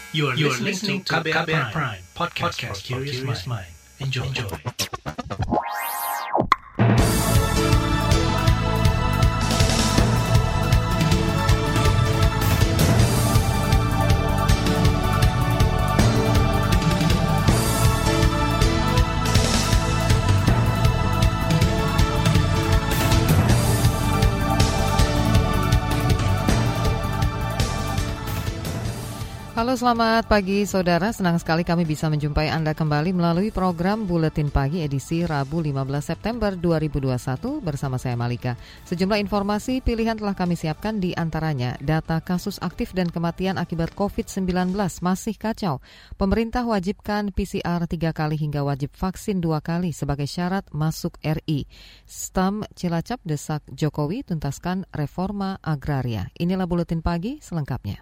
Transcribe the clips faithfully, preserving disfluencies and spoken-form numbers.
You are, you are listening to K B R Prime, podcast, podcast for curious mind. Enjoy. Enjoy. Halo, selamat pagi saudara. Senang sekali kami bisa menjumpai Anda kembali melalui program Buletin Pagi edisi Rabu lima belas September dua ribu dua puluh satu bersama saya Malika. Sejumlah informasi pilihan telah kami siapkan, di antaranya data kasus aktif dan kematian akibat covid sembilan belas masih kacau. Pemerintah wajibkan P C R tiga kali hingga wajib vaksin dua kali sebagai syarat masuk R I. S T A M Cilacap desak Jokowi tuntaskan reforma agraria. Inilah Buletin Pagi selengkapnya.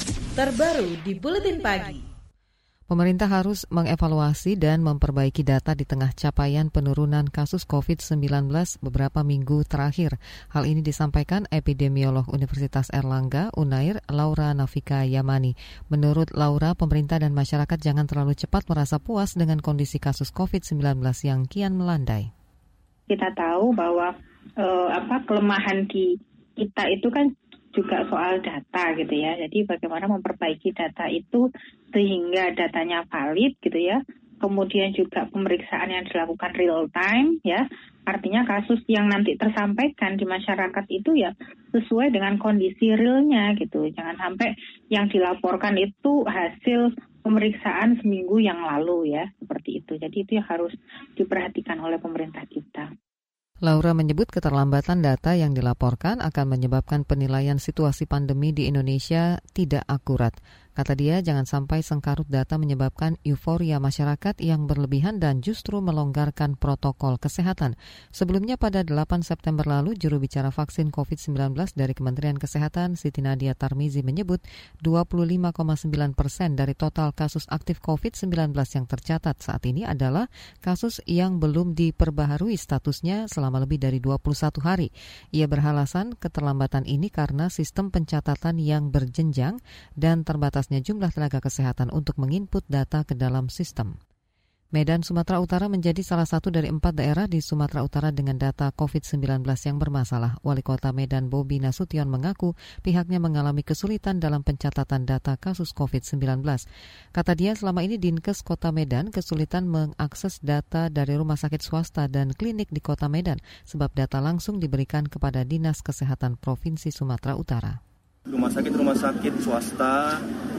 Terbaru di Buletin Pagi. Pemerintah harus mengevaluasi dan memperbaiki data di tengah capaian penurunan kasus covid sembilan belas beberapa minggu terakhir. Hal ini disampaikan epidemiolog Universitas Erlangga, Unair, Laura Nafika Yamani. Menurut Laura, pemerintah dan masyarakat jangan terlalu cepat merasa puas dengan kondisi kasus covid sembilan belas yang kian melandai. Kita tahu bahwa eh, apa kelemahan di kita itu kan juga soal data gitu ya. Jadi bagaimana memperbaiki data itu sehingga datanya valid gitu ya. Kemudian juga pemeriksaan yang dilakukan real time ya. Artinya kasus yang nanti tersampaikan di masyarakat itu ya sesuai dengan kondisi realnya gitu. Jangan sampai yang dilaporkan itu hasil pemeriksaan seminggu yang lalu ya. Seperti itu. Jadi itu yang harus diperhatikan oleh pemerintah kita. Laura menyebut keterlambatan data yang dilaporkan akan menyebabkan penilaian situasi pandemi di Indonesia tidak akurat. Kata dia, jangan sampai sengkarut data menyebabkan euforia masyarakat yang berlebihan dan justru melonggarkan protokol kesehatan. Sebelumnya pada delapan September lalu, juru bicara vaksin covid sembilan belas dari Kementerian Kesehatan, Siti Nadia Tarmizi, menyebut dua puluh lima koma sembilan persen dari total kasus aktif covid sembilan belas yang tercatat saat ini adalah kasus yang belum diperbaharui statusnya selama lebih dari dua puluh satu hari. Ia beralasan keterlambatan ini karena sistem pencatatan yang berjenjang dan terbatas jumlah tenaga kesehatan untuk menginput data ke dalam sistem. Medan, Sumatera Utara menjadi salah satu dari empat daerah di Sumatera Utara dengan data covid sembilan belas yang bermasalah. Wali Kota Medan Bobi Nasution mengaku pihaknya mengalami kesulitan dalam pencatatan data kasus covid sembilan belas. Kata dia, selama ini Dinkes Kota Medan kesulitan mengakses data dari rumah sakit swasta dan klinik di Kota Medan sebab data langsung diberikan kepada Dinas Kesehatan Provinsi Sumatera Utara. Rumah sakit-rumah sakit swasta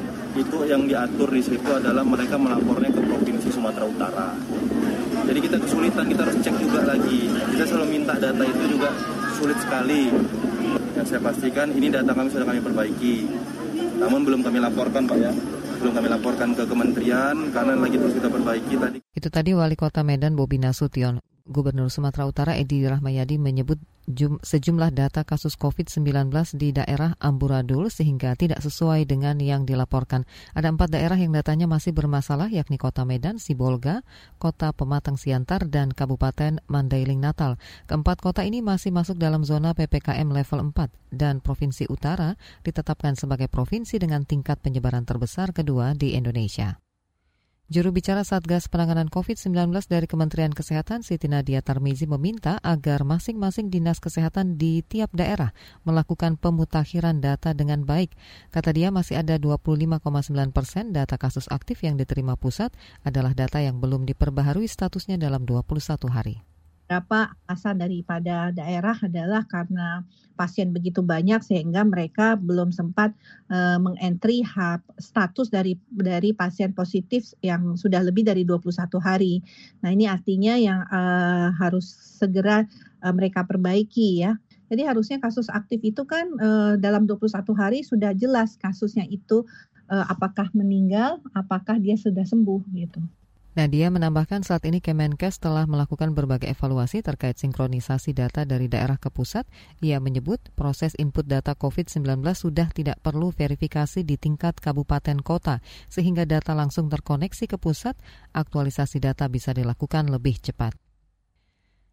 itu yang diatur di situ adalah mereka melapornya ke Provinsi Sumatera Utara. Jadi kita kesulitan, kita harus cek juga lagi. Kita selalu minta data itu juga sulit sekali. Yang saya pastikan ini data kami sudah kami perbaiki. Namun belum kami laporkan Pak ya. Belum kami laporkan ke kementerian karena lagi terus kita perbaiki tadi. Itu tadi Wali Kota Medan Bobi Nasution. Gubernur Sumatera Utara Edi Rahmayadi menyebut jum, sejumlah data kasus covid sembilan belas di daerah amburadul sehingga tidak sesuai dengan yang dilaporkan. Ada empat daerah yang datanya masih bermasalah, yakni Kota Medan, Sibolga, Kota Pematang Siantar, dan Kabupaten Mandailing Natal. Keempat kota ini masih masuk dalam zona P P K M level empat dan Provinsi Utara ditetapkan sebagai provinsi dengan tingkat penyebaran terbesar kedua di Indonesia. Juru bicara Satgas Penanganan covid sembilan belas dari Kementerian Kesehatan, Siti Nadia Tarmizi, meminta agar masing-masing dinas kesehatan di tiap daerah melakukan pemutakhiran data dengan baik. Kata dia, masih ada dua puluh lima koma sembilan persen data kasus aktif yang diterima pusat adalah data yang belum diperbaharui statusnya dalam dua puluh satu hari. Beberapa alasan daripada daerah adalah karena pasien begitu banyak sehingga mereka belum sempat uh, mengentry status dari dari pasien positif yang sudah lebih dari dua puluh satu hari. Nah, ini artinya yang uh, harus segera uh, mereka perbaiki ya. Jadi harusnya kasus aktif itu kan uh, dalam dua puluh satu hari sudah jelas kasusnya itu uh, apakah meninggal, apakah dia sudah sembuh gitu. Nadia menambahkan saat ini Kemenkes telah melakukan berbagai evaluasi terkait sinkronisasi data dari daerah ke pusat. Ia menyebut proses input data covid sembilan belas sudah tidak perlu verifikasi di tingkat kabupaten kota, sehingga data langsung terkoneksi ke pusat, aktualisasi data bisa dilakukan lebih cepat.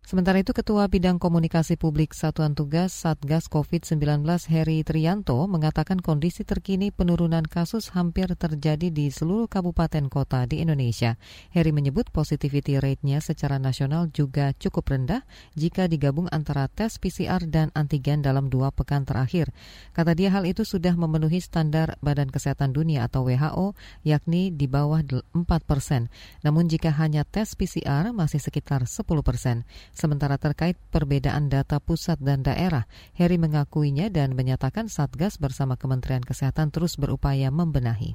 Sementara itu, Ketua Bidang Komunikasi Publik Satuan Tugas Satgas covid sembilan belas Heri Trianto mengatakan kondisi terkini penurunan kasus hampir terjadi di seluruh kabupaten kota di Indonesia. Heri menyebut positivity rate-nya secara nasional juga cukup rendah jika digabung antara tes P C R dan antigen dalam dua pekan terakhir. Kata dia hal itu sudah memenuhi standar Badan Kesehatan Dunia atau W H O, yakni di bawah empat persen. Namun jika hanya tes P C R masih sekitar sepuluh persen. Sementara terkait perbedaan data pusat dan daerah, Heri mengakuinya dan menyatakan Satgas bersama Kementerian Kesehatan terus berupaya membenahi.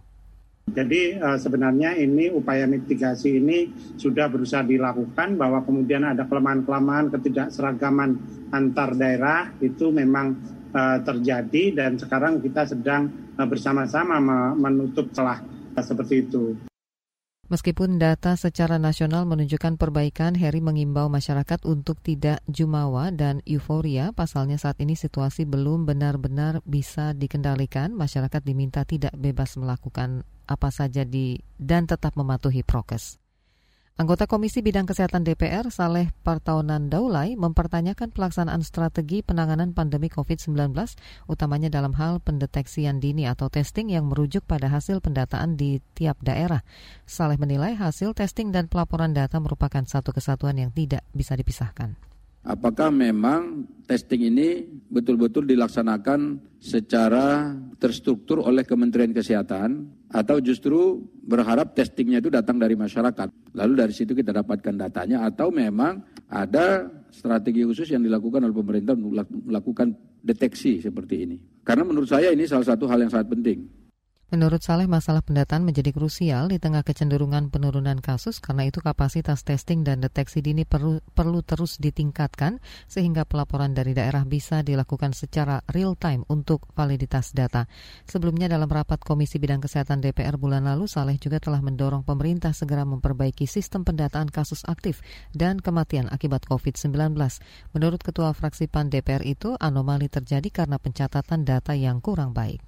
Jadi uh, sebenarnya ini upaya mitigasi ini sudah berusaha dilakukan, bahwa kemudian ada kelemahan-kelemahan, ketidakseragaman antar daerah itu memang uh, terjadi, dan sekarang kita sedang uh, bersama-sama menutup celah uh, seperti itu. Meskipun data secara nasional menunjukkan perbaikan, Heri mengimbau masyarakat untuk tidak jumawa dan euforia. Pasalnya saat ini situasi belum benar-benar bisa dikendalikan. Masyarakat diminta tidak bebas melakukan apa saja di dan tetap mematuhi prokes. Anggota Komisi Bidang Kesehatan D P R, Saleh Partaunan Daulay, mempertanyakan pelaksanaan strategi penanganan pandemi covid sembilan belas, utamanya dalam hal pendeteksian dini atau testing yang merujuk pada hasil pendataan di tiap daerah. Saleh menilai hasil testing dan pelaporan data merupakan satu kesatuan yang tidak bisa dipisahkan. Apakah memang testing ini betul-betul dilaksanakan secara terstruktur oleh Kementerian Kesehatan, atau justru berharap testingnya itu datang dari masyarakat, lalu dari situ kita dapatkan datanya, atau memang ada strategi khusus yang dilakukan oleh pemerintah untuk melakukan deteksi seperti ini. Karena menurut saya ini salah satu hal yang sangat penting. Menurut Saleh, masalah pendataan menjadi krusial di tengah kecenderungan penurunan kasus, karena itu kapasitas testing dan deteksi dini perlu, perlu terus ditingkatkan sehingga pelaporan dari daerah bisa dilakukan secara real time untuk validitas data. Sebelumnya dalam rapat Komisi Bidang Kesehatan D P R bulan lalu, Saleh juga telah mendorong pemerintah segera memperbaiki sistem pendataan kasus aktif dan kematian akibat covid sembilan belas. Menurut Ketua Fraksi P A N D P R itu, anomali terjadi karena pencatatan data yang kurang baik.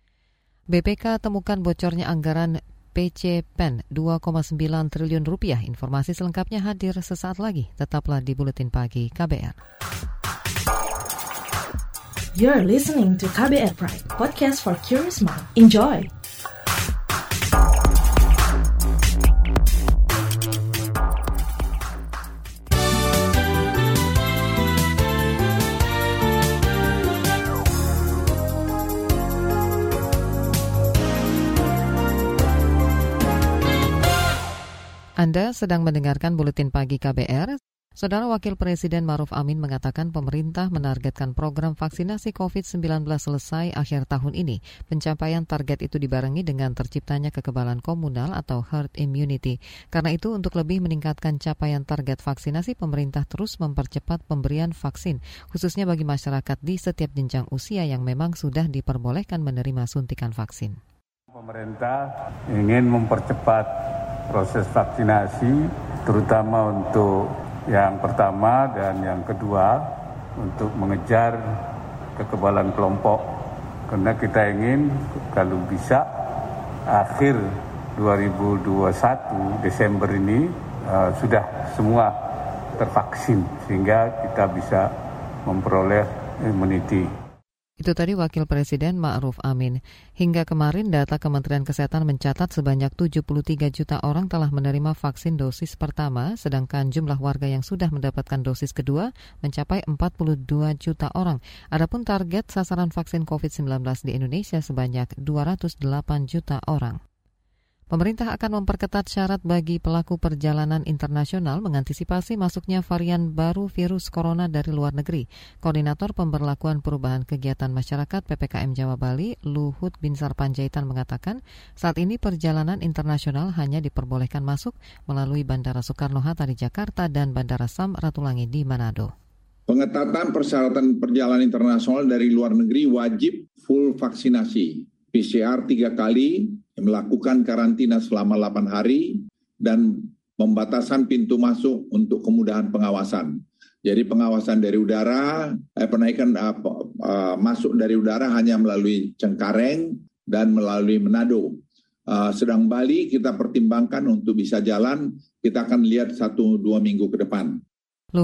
B P K temukan bocornya anggaran P C P E N dua koma sembilan triliun rupiah. Informasi selengkapnya hadir sesaat lagi. Tetaplah di Buletin Pagi K B R. You're listening to K B R Pride, podcast for curious mind. Enjoy! Anda sedang mendengarkan Buletin Pagi K B R. Saudara Wakil Presiden Ma'ruf Amin mengatakan pemerintah menargetkan program vaksinasi covid sembilan belas selesai akhir tahun ini. Pencapaian target itu dibarengi dengan terciptanya kekebalan komunal atau herd immunity. Karena itu, untuk lebih meningkatkan capaian target vaksinasi, pemerintah terus mempercepat pemberian vaksin, khususnya bagi masyarakat di setiap jenjang usia yang memang sudah diperbolehkan menerima suntikan vaksin. Pemerintah ingin mempercepat proses vaksinasi, terutama untuk yang pertama dan yang kedua, untuk mengejar kekebalan kelompok. Karena kita ingin kalau bisa akhir dua ribu dua puluh satu Desember ini uh, sudah semua tervaksin, sehingga kita bisa memperoleh immunity. Itu tadi Wakil Presiden Ma'ruf Amin. Hingga kemarin data Kementerian Kesehatan mencatat sebanyak tujuh puluh tiga juta orang telah menerima vaksin dosis pertama, sedangkan jumlah warga yang sudah mendapatkan dosis kedua mencapai empat puluh dua juta orang. Adapun target sasaran vaksin covid sembilan belas di Indonesia sebanyak dua ratus delapan juta orang. Pemerintah akan memperketat syarat bagi pelaku perjalanan internasional mengantisipasi masuknya varian baru virus corona dari luar negeri. Koordinator Pemberlakuan Perubahan Kegiatan Masyarakat P P K M Jawa Bali, Luhut Binsar Panjaitan mengatakan, saat ini perjalanan internasional hanya diperbolehkan masuk melalui Bandara Soekarno-Hatta di Jakarta dan Bandara Sam Ratulangi di Manado. Pengetatan persyaratan perjalanan internasional dari luar negeri wajib full vaksinasi, P C R tiga kali, melakukan karantina selama delapan hari, dan pembatasan pintu masuk untuk kemudahan pengawasan. Jadi pengawasan dari udara, eh, penaikan uh, uh, masuk dari udara hanya melalui Cengkareng dan melalui Manado. Uh, sedang Bali kita pertimbangkan untuk bisa jalan, kita akan lihat satu dua minggu ke depan. Luhut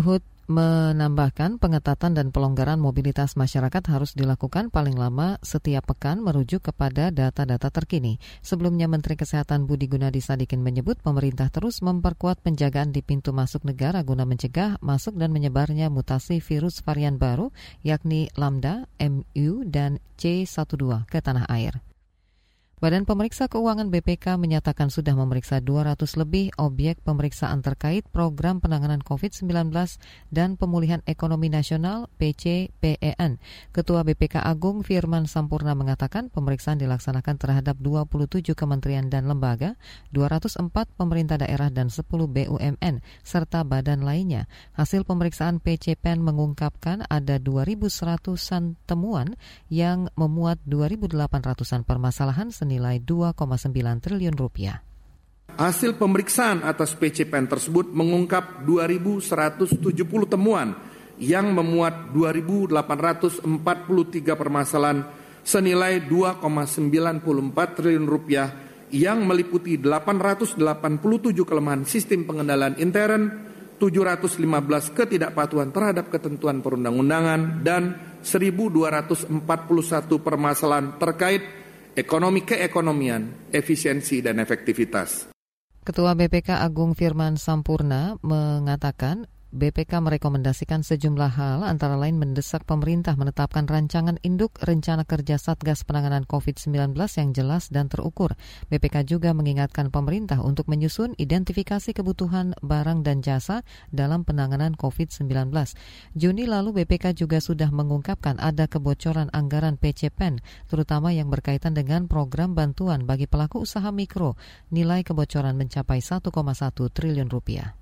menambahkan pengetatan dan pelonggaran mobilitas masyarakat harus dilakukan paling lama setiap pekan merujuk kepada data-data terkini. Sebelumnya Menteri Kesehatan Budi Gunadi Sadikin menyebut pemerintah terus memperkuat penjagaan di pintu masuk negara guna mencegah masuk dan menyebarnya mutasi virus varian baru yakni Lambda, M U, dan C satu dua ke tanah air. Badan Pemeriksa Keuangan B P K menyatakan sudah memeriksa dua ratus lebih objek pemeriksaan terkait program penanganan covid sembilan belas dan pemulihan ekonomi nasional P C P E N. Ketua B P K Agung Firman Sampurna mengatakan pemeriksaan dilaksanakan terhadap dua puluh tujuh kementerian dan lembaga, dua ratus empat pemerintah daerah dan sepuluh B U M N, serta badan lainnya. Hasil pemeriksaan P C P E N mengungkapkan ada dua ribu seratusan temuan yang memuat dua ribu delapan ratusan permasalahan nilai dua koma sembilan triliun rupiah. Hasil pemeriksaan atas P C P E N tersebut mengungkap dua ribu seratus tujuh puluh temuan yang memuat dua ribu delapan ratus empat puluh tiga permasalahan senilai dua koma sembilan empat triliun rupiah yang meliputi delapan ratus delapan puluh tujuh kelemahan sistem pengendalian intern, tujuh ratus lima belas ketidakpatuhan terhadap ketentuan perundang-undangan, dan seribu dua ratus empat puluh satu permasalahan terkait ekonomi keekonomian, efisiensi, dan efektivitas. Ketua B P K Agung Firman Sampurna mengatakan B P K merekomendasikan sejumlah hal, antara lain mendesak pemerintah menetapkan rancangan induk rencana kerja Satgas penanganan covid sembilan belas yang jelas dan terukur. B P K juga mengingatkan pemerintah untuk menyusun identifikasi kebutuhan barang dan jasa dalam penanganan covid sembilan belas. Juni lalu B P K juga sudah mengungkapkan ada kebocoran anggaran P C P E N, terutama yang berkaitan dengan program bantuan bagi pelaku usaha mikro. Nilai kebocoran mencapai satu koma satu triliun rupiah.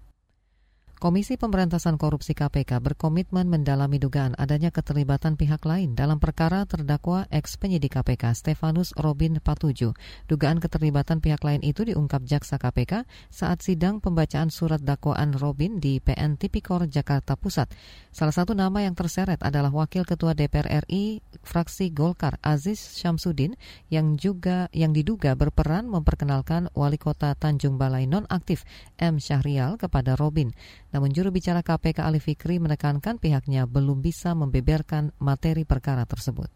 Komisi Pemberantasan Korupsi K P K berkomitmen mendalami dugaan adanya keterlibatan pihak lain dalam perkara terdakwa eks-penyidik K P K Stefanus Robin Patuju. Dugaan keterlibatan pihak lain itu diungkap Jaksa K P K saat sidang pembacaan surat dakwaan Robin di P N Tipikor Jakarta Pusat. Salah satu nama yang terseret adalah Wakil Ketua D P R R I fraksi Golkar Aziz Syamsuddin yang juga yang diduga berperan memperkenalkan Wali Kota Tanjung Balai nonaktif M. Syahrial kepada Robin. Namun juru bicara K P K Ali Fikri menekankan pihaknya belum bisa membeberkan materi perkara tersebut.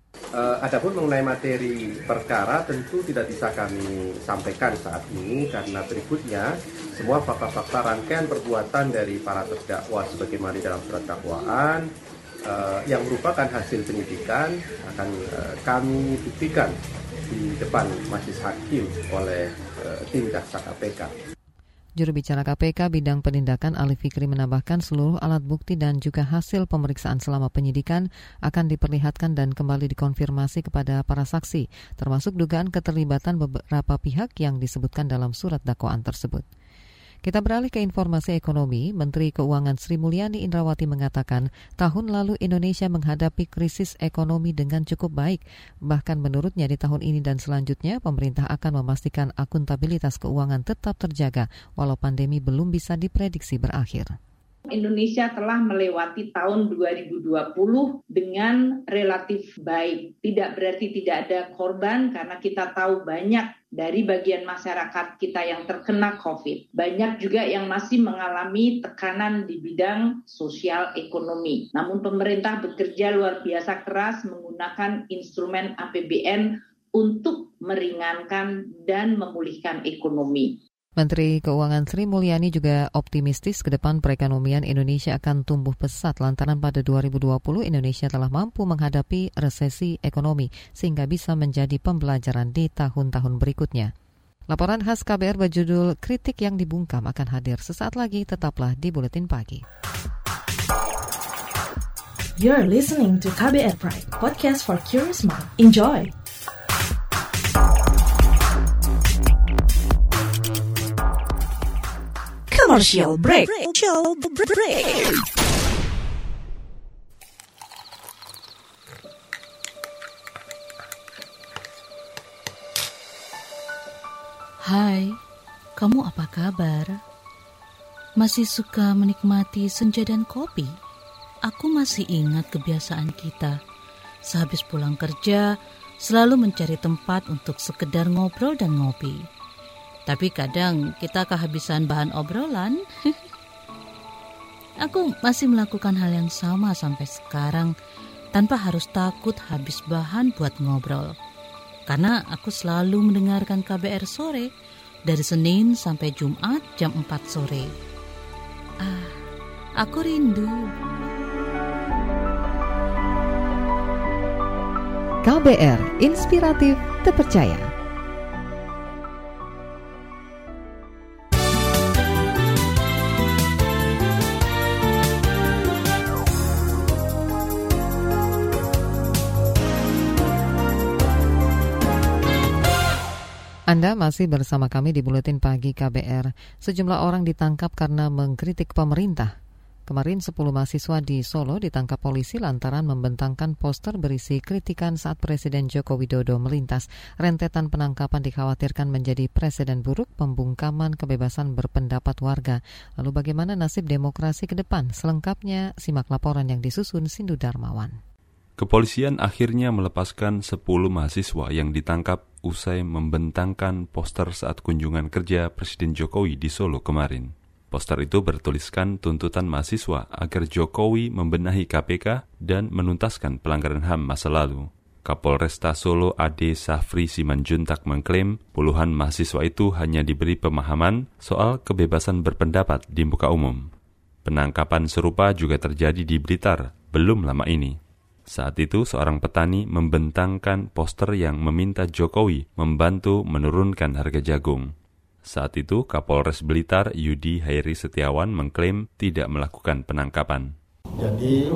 Uh, adapun mengenai materi perkara tentu tidak bisa kami sampaikan saat ini karena berikutnya semua fakta-fakta rangkaian perbuatan dari para terdakwa sebagaimana di dalam surat dakwaan uh, yang merupakan hasil penyidikan akan uh, kami buktikan di depan majelis hakim oleh uh, tim jaksa K P K. Juru bicara K P K bidang penindakan Ali Fikri menambahkan seluruh alat bukti dan juga hasil pemeriksaan selama penyidikan akan diperlihatkan dan kembali dikonfirmasi kepada para saksi, termasuk dugaan keterlibatan beberapa pihak yang disebutkan dalam surat dakwaan tersebut. Kita beralih ke informasi ekonomi. Menteri Keuangan Sri Mulyani Indrawati mengatakan tahun lalu Indonesia menghadapi krisis ekonomi dengan cukup baik. Bahkan menurutnya di tahun ini dan selanjutnya pemerintah akan memastikan akuntabilitas keuangan tetap terjaga walau pandemi belum bisa diprediksi berakhir. Indonesia telah melewati tahun dua ribu dua puluh dengan relatif baik. Tidak berarti tidak ada korban karena kita tahu banyak dari bagian masyarakat kita yang terkena COVID. Banyak juga yang masih mengalami tekanan di bidang sosial ekonomi. Namun pemerintah bekerja luar biasa keras menggunakan instrumen A P B N untuk meringankan dan memulihkan ekonomi. Menteri Keuangan Sri Mulyani juga optimistis ke depan perekonomian Indonesia akan tumbuh pesat lantaran pada dua ribu dua puluh Indonesia telah mampu menghadapi resesi ekonomi sehingga bisa menjadi pembelajaran di tahun-tahun berikutnya. Laporan khas K B R berjudul Kritik yang Dibungkam akan hadir sesaat lagi, tetaplah di Buletin Pagi. You're listening to K B R Pride, podcast for curious mind. Enjoy! Commercial break. Commercial break. Hai, kamu apa kabar? Masih suka menikmati senja dan kopi? Aku masih ingat kebiasaan kita. Sehabis pulang kerja, selalu mencari tempat untuk sekedar ngobrol dan ngopi. Tapi kadang kita kehabisan bahan obrolan. Aku masih melakukan hal yang sama sampai sekarang tanpa harus takut habis bahan buat ngobrol. Karena aku selalu mendengarkan K B R Sore dari Senin sampai Jumat jam empat sore. Ah, aku rindu. K B R Inspiratif Terpercaya. Anda masih bersama kami di Buletin Pagi K B R. Sejumlah orang ditangkap karena mengkritik pemerintah. Kemarin sepuluh mahasiswa di Solo ditangkap polisi lantaran membentangkan poster berisi kritikan saat Presiden Joko Widodo melintas. Rentetan penangkapan dikhawatirkan menjadi presiden buruk pembungkaman kebebasan berpendapat warga. Lalu bagaimana nasib demokrasi ke depan? Selengkapnya simak laporan yang disusun Sindu Darmawan. Kepolisian akhirnya melepaskan sepuluh mahasiswa yang ditangkap usai membentangkan poster saat kunjungan kerja Presiden Jokowi di Solo kemarin. Poster itu bertuliskan tuntutan mahasiswa agar Jokowi membenahi K P K dan menuntaskan pelanggaran H A M masa lalu. Kapolresta Solo A D Safri Simanjuntak mengklaim puluhan mahasiswa itu hanya diberi pemahaman soal kebebasan berpendapat di muka umum. Penangkapan serupa juga terjadi di Blitar belum lama ini. Saat itu, seorang petani membentangkan poster yang meminta Jokowi membantu menurunkan harga jagung. Saat itu, Kapolres Blitar Yudi Hairi Setiawan mengklaim tidak melakukan penangkapan. Jadi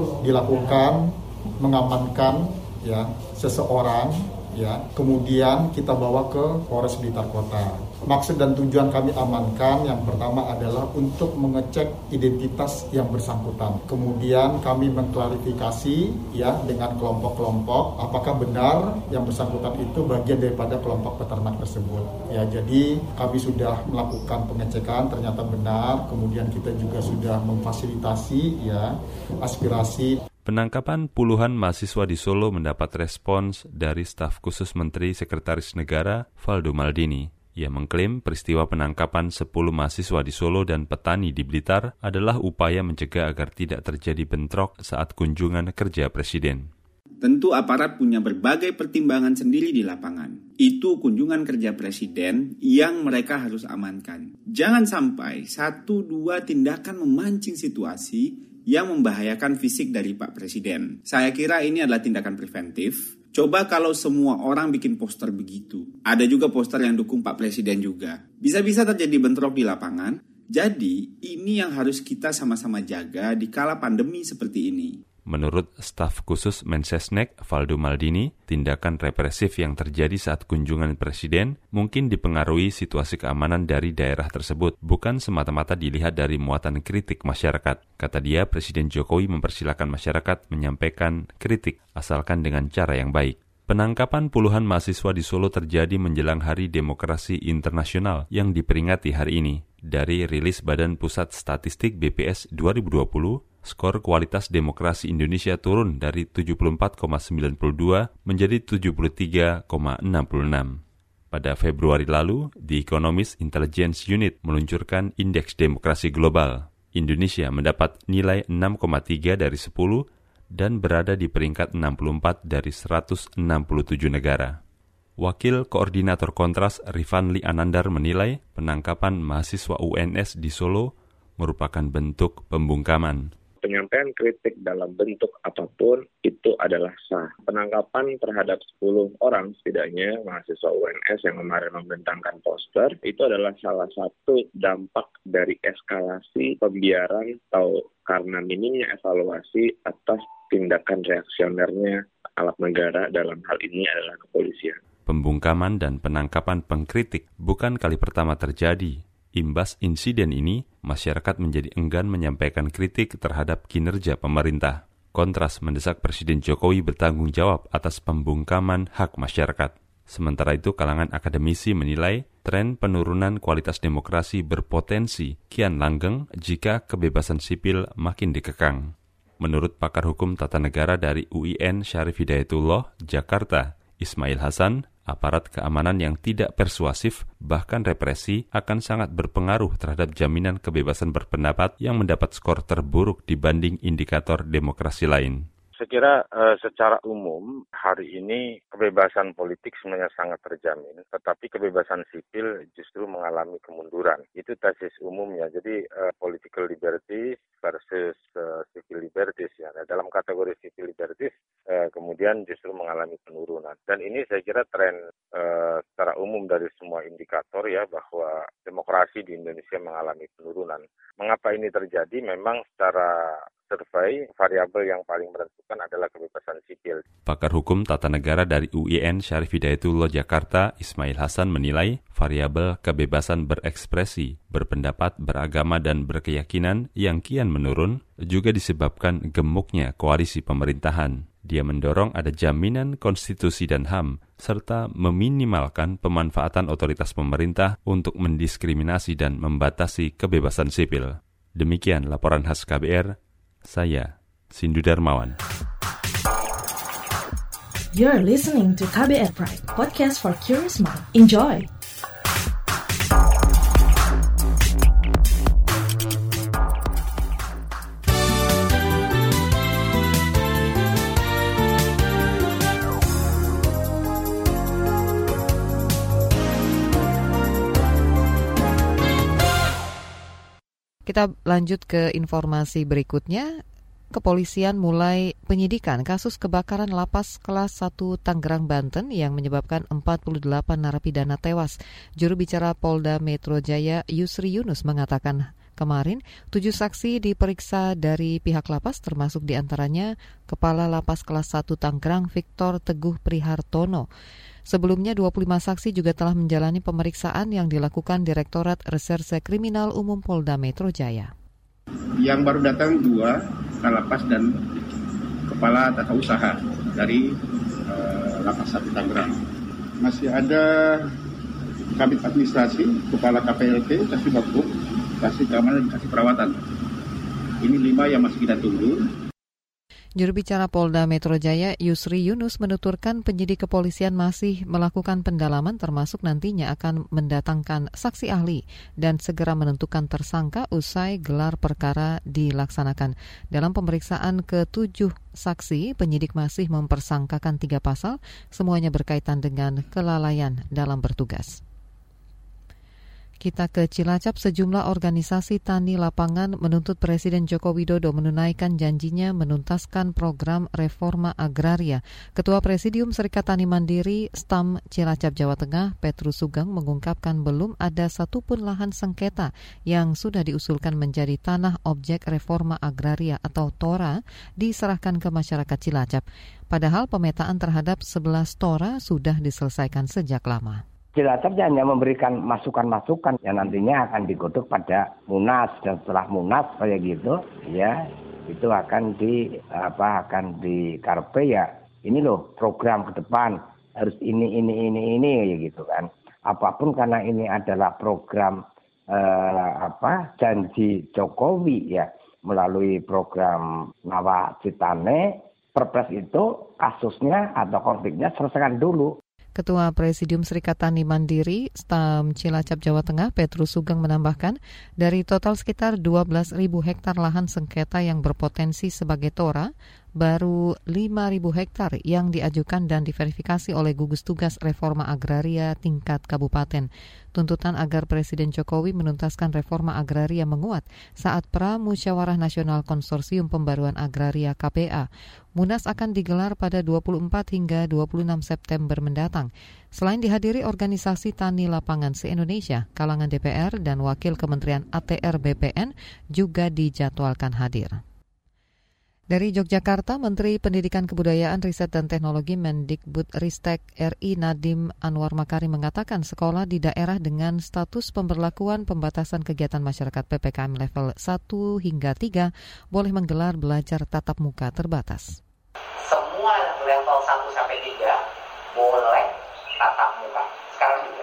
dilakukan mengamankan ya seseorang, ya kemudian kita bawa ke Polres Blitar Kota. Maksud dan tujuan kami amankan yang pertama adalah untuk mengecek identitas yang bersangkutan. Kemudian kami mengklarifikasi ya dengan kelompok-kelompok apakah benar yang bersangkutan itu bagian daripada kelompok peternak tersebut. Ya, jadi kami sudah melakukan pengecekan ternyata benar. Kemudian kita juga sudah memfasilitasi ya aspirasi. Penangkapan puluhan mahasiswa di Solo mendapat respons dari staf khusus Menteri Sekretaris Negara Valdo Maldini. Ia mengklaim peristiwa penangkapan sepuluh mahasiswa di Solo dan petani di Blitar adalah upaya mencegah agar tidak terjadi bentrok saat kunjungan kerja Presiden. Tentu aparat punya berbagai pertimbangan sendiri di lapangan. Itu kunjungan kerja Presiden yang mereka harus amankan. Jangan sampai satu dua tindakan memancing situasi yang membahayakan fisik dari Pak Presiden. Saya kira ini adalah tindakan preventif. Coba kalau semua orang bikin poster begitu. Ada juga poster yang dukung Pak Presiden juga. Bisa-bisa terjadi bentrok di lapangan. Jadi ini yang harus kita sama-sama jaga di kala pandemi seperti ini. Menurut staf khusus Mensesnek Valdo Maldini, tindakan represif yang terjadi saat kunjungan Presiden mungkin dipengaruhi situasi keamanan dari daerah tersebut, bukan semata-mata dilihat dari muatan kritik masyarakat. Kata dia, Presiden Jokowi mempersilakan masyarakat menyampaikan kritik asalkan dengan cara yang baik. Penangkapan puluhan mahasiswa di Solo terjadi menjelang Hari Demokrasi Internasional yang diperingati hari ini. Dari rilis Badan Pusat Statistik B P S dua ribu dua puluh, skor kualitas demokrasi Indonesia turun dari tujuh puluh empat koma sembilan dua menjadi tujuh puluh tiga koma enam enam. Pada Februari lalu, The Economist Intelligence Unit meluncurkan Indeks Demokrasi Global. Indonesia mendapat nilai enam koma tiga dari sepuluh dan berada di peringkat enam puluh empat dari seratus enam puluh tujuh negara. Wakil Koordinator Kontras Rifanli Anandar menilai penangkapan mahasiswa U N S di Solo merupakan bentuk pembungkaman. Penyampaian kritik dalam bentuk apapun itu adalah sah. Penangkapan terhadap sepuluh orang setidaknya mahasiswa U N S yang kemarin membentangkan poster itu adalah salah satu dampak dari eskalasi pembiaran atau karena minimnya evaluasi atas tindakan reaksionernya alat negara, dalam hal ini adalah kepolisian. Pembungkaman dan penangkapan pengkritik bukan kali pertama terjadi. Imbas insiden ini, masyarakat menjadi enggan menyampaikan kritik terhadap kinerja pemerintah. Kontras mendesak Presiden Jokowi bertanggung jawab atas pembungkaman hak masyarakat. Sementara itu, kalangan akademisi menilai tren penurunan kualitas demokrasi berpotensi kian langgeng jika kebebasan sipil makin dikekang. Menurut pakar hukum tata negara dari U I N Syarif Hidayatullah, Jakarta, Ismail Hasan, Aparat keamanan yang tidak persuasif, bahkan represi, akan sangat berpengaruh terhadap jaminan kebebasan berpendapat yang mendapat skor terburuk dibanding indikator demokrasi lain. Saya kira uh, secara umum hari ini kebebasan politik sebenarnya sangat terjamin, tetapi kebebasan sipil justru mengalami kemunduran. Itu tesis umumnya. Jadi uh, political liberties versus uh, civil liberties ya. Nah, dalam kategori civil liberties uh, kemudian justru mengalami penurunan. Dan ini saya kira tren uh, secara umum dari semua indikator ya bahwa demokrasi di Indonesia mengalami penurunan. Mengapa ini terjadi? Memang secara survei, variabel yang paling menentukan adalah kebebasan sipil. Pakar hukum tata negara dari U I N Syarif Hidayatullah Jakarta, Ismail Hasan menilai variabel kebebasan berekspresi, berpendapat, beragama, dan berkeyakinan yang kian menurun juga disebabkan gemuknya koalisi pemerintahan. Dia mendorong ada jaminan konstitusi dan H A M, serta meminimalkan pemanfaatan otoritas pemerintah untuk mendiskriminasi dan membatasi kebebasan sipil. Demikian laporan khas K B R. Saya, Sindu Darmawan. You're listening to K B R Pride, podcast for curious mind. Enjoy! Kita lanjut ke informasi berikutnya. Kepolisian mulai penyidikan kasus kebakaran lapas kelas satu Tangerang, Banten yang menyebabkan empat puluh delapan narapidana tewas. Juru bicara Polda Metro Jaya Yusri Yunus mengatakan kemarin tujuh saksi diperiksa dari pihak lapas termasuk diantaranya Kepala Lapas kelas satu Tangerang Victor Teguh Prihartono. Sebelumnya dua puluh lima saksi juga telah menjalani pemeriksaan yang dilakukan Direktorat Reserse Kriminal Umum Polda Metro Jaya. Yang baru datang dua, Kalapas dan Kepala Tata Usaha dari uh, Lapas satu Tangerang. Masih ada Kabid Administrasi, Kepala K P L T, Kasih Baku, Kasih Keamanan dan Kasih Perawatan. Ini lima yang masih kita tunggu. Juru bicara Polda Metro Jaya Yusri Yunus menuturkan penyidik kepolisian masih melakukan pendalaman termasuk nantinya akan mendatangkan saksi ahli dan segera menentukan tersangka usai gelar perkara dilaksanakan. Dalam pemeriksaan ketujuh saksi, penyidik masih mempersangkakan tiga pasal, semuanya berkaitan dengan kelalaian dalam bertugas. Kita ke Cilacap, sejumlah organisasi tani lapangan menuntut Presiden Joko Widodo menunaikan janjinya menuntaskan program reforma agraria. Ketua Presidium Serikat Tani Mandiri S T A M Cilacap, Jawa Tengah, Petrus Sugeng mengungkapkan belum ada satupun lahan sengketa yang sudah diusulkan menjadi tanah objek reforma agraria atau Tora diserahkan ke masyarakat Cilacap. Padahal pemetaan terhadap sebelas Tora sudah diselesaikan sejak lama. Cilacap hanya memberikan masukan-masukan yang nantinya akan digodok pada Munas, dan setelah Munas kayak gitu ya itu akan di apa akan di karpe ya ini loh program ke depan harus ini ini ini ini gitu kan. Apapun karena ini adalah program eh, apa janji Jokowi ya melalui program Nawacitane, Perpres itu kasusnya atau konfliknya selesaikan dulu. Ketua Presidium Serikat Tani Mandiri S T A M Cilacap, Jawa Tengah, Petrus Sugeng menambahkan, dari total sekitar dua belas ribu hektar lahan sengketa yang berpotensi sebagai Tora, baru lima ribu hektar yang diajukan dan diverifikasi oleh gugus tugas reforma agraria tingkat kabupaten. Tuntutan agar Presiden Jokowi menuntaskan reforma agraria menguat saat Pramusyawarah Nasional Konsorsium Pembaruan Agraria K P A. Munas akan digelar pada dua puluh empat hingga dua puluh enam September mendatang. Selain dihadiri organisasi tani lapangan se-Indonesia, kalangan D P R dan wakil Kementerian A T R B P N juga dijadwalkan hadir. Dari Yogyakarta, Menteri Pendidikan Kebudayaan, Riset dan Teknologi Mendikbud Ristek R I Nadiem Anwar Makarim mengatakan sekolah di daerah dengan status pemberlakuan pembatasan kegiatan masyarakat P P K M level satu hingga tiga boleh menggelar belajar tatap muka terbatas. Semua level satu sampai tiga boleh tatap muka sekarang juga.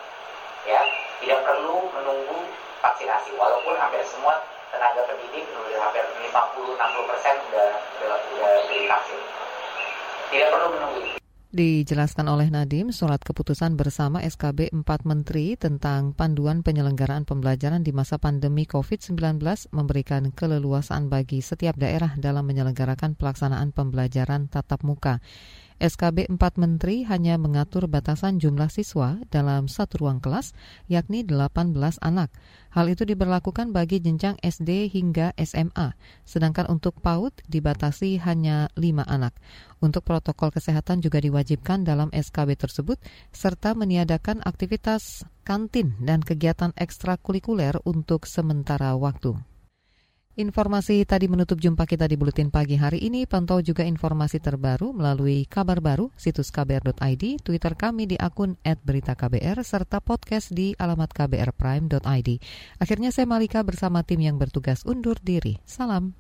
Ya, tidak perlu menunggu vaksinasi walaupun hampir semua tenaga pendidik sudah hampir lima puluh sampai enam puluh persen sudah sudah sudah divaksin. Tidak perlu menunggu. Dijelaskan oleh Nadiem, surat keputusan bersama S K B empat Menteri tentang panduan penyelenggaraan pembelajaran di masa pandemi covid sembilan belas memberikan keleluasaan bagi setiap daerah dalam menyelenggarakan pelaksanaan pembelajaran tatap muka. S K B empat Menteri hanya mengatur batasan jumlah siswa dalam satu ruang kelas, yakni delapan belas anak. Hal itu diberlakukan bagi jenjang S D hingga S M A, sedangkan untuk PAUD dibatasi hanya lima anak. Untuk protokol kesehatan juga diwajibkan dalam S K B tersebut, serta meniadakan aktivitas kantin dan kegiatan ekstrakurikuler untuk sementara waktu. Informasi tadi menutup jumpa kita di Buletin Pagi hari ini. Pantau juga informasi terbaru melalui kabar baru, situs k b r dot i d, Twitter kami di akun et berita k b r, serta podcast di alamat k b r prime dot i d. Akhirnya saya Malika bersama tim yang bertugas undur diri. Salam.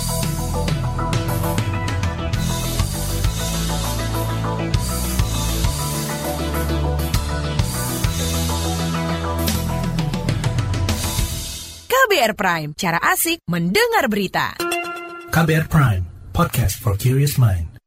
K B R Prime, cara asik mendengar berita. K B R Prime, podcast for curious mind.